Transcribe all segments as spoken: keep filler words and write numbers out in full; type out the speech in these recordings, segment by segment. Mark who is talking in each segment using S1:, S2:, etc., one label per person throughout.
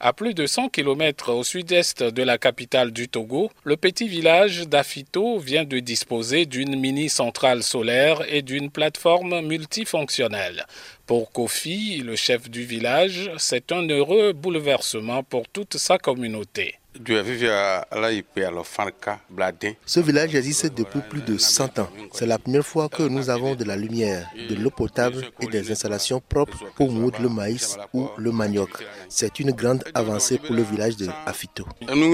S1: À plus de cent kilomètres au sud-est de la capitale du Togo, le petit village d'Afito vient de disposer d'une mini-centrale solaire et d'une plateforme multifonctionnelle. Pour Kofi, le chef du village, c'est un heureux bouleversement pour toute sa communauté.
S2: Ce village existe depuis plus de cent ans. C'est la première fois que nous avons de la lumière, de l'eau potable et des installations propres pour moudre le maïs ou le manioc. C'est une grande avancée pour le village de Afito.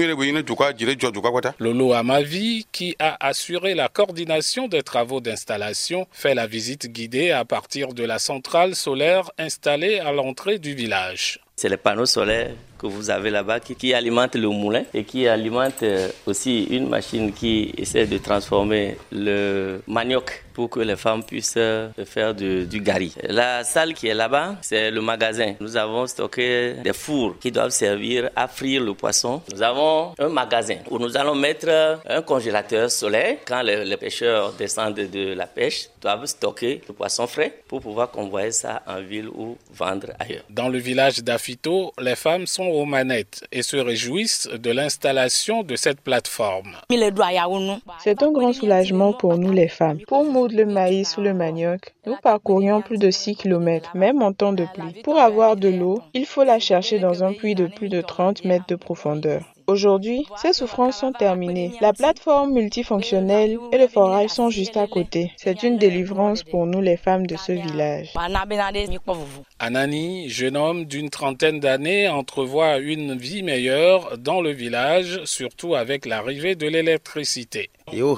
S1: Lolo Amavi, qui a assuré la coordination des travaux d'installation, fait la visite guidée à partir de la centrale solaire installée à l'entrée du village.
S3: C'est les panneaux solaires que vous avez là-bas qui, qui alimentent le moulin et qui alimentent aussi une machine qui essaie de transformer le manioc pour que les femmes puissent faire du, du gari. La salle qui est là-bas, c'est le magasin. Nous avons stocké des fours qui doivent servir à frire le poisson. Nous avons un magasin où nous allons mettre un congélateur solaire. Quand les, les pêcheurs descendent de la pêche, ils doivent stocker le poisson frais pour pouvoir convoyer ça en ville ou vendre ailleurs.
S1: Dans le village d'Afito, les femmes sont aux manettes et se réjouissent de l'installation de cette plateforme.
S4: C'est un grand soulagement pour nous les femmes. Pour moudre le maïs ou le manioc, nous parcourions plus de six kilomètres, même en temps de pluie. Pour avoir de l'eau, il faut la chercher dans un puits de plus de trente mètres de profondeur. Aujourd'hui, ces souffrances sont terminées. La plateforme multifonctionnelle et le forage sont juste à côté. C'est une délivrance pour nous les femmes de ce village.
S1: Anani, jeune homme d'une trentaine d'années, entrevoit une vie meilleure dans le village, surtout avec l'arrivée de l'électricité.
S5: En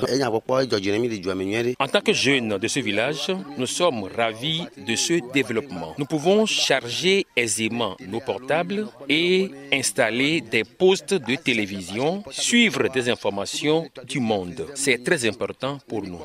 S5: tant que jeunes de ce village, nous sommes ravis de ce développement. Nous pouvons charger aisément nos portables et installer des postes de télévision, suivre des informations du monde. C'est très important pour nous.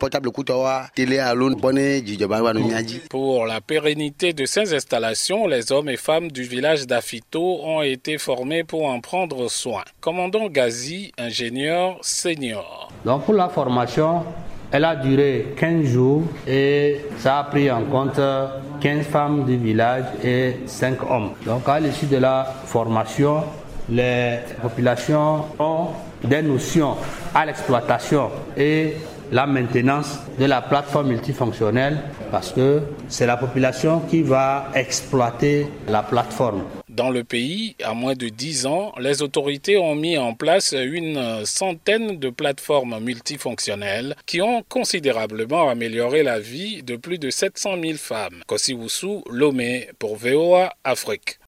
S1: Pour la pérennité de ces installations, les hommes et femmes du village d'Afito ont été formés pour en prendre soin. Commandant Gazi, ingénieur senior.
S6: Donc pour la formation, elle a duré quinze jours et ça a pris en compte quinze femmes du village et cinq hommes. Donc à l'issue de la formation, les populations ont des notions à l'exploitation et la maintenance de la plateforme multifonctionnelle parce que c'est la population qui va exploiter la plateforme.
S1: Dans le pays, à moins de dix ans, les autorités ont mis en place une centaine de plateformes multifonctionnelles qui ont considérablement amélioré la vie de plus de sept cent mille femmes. Kossi Wusu, Lomé pour V O A Afrique.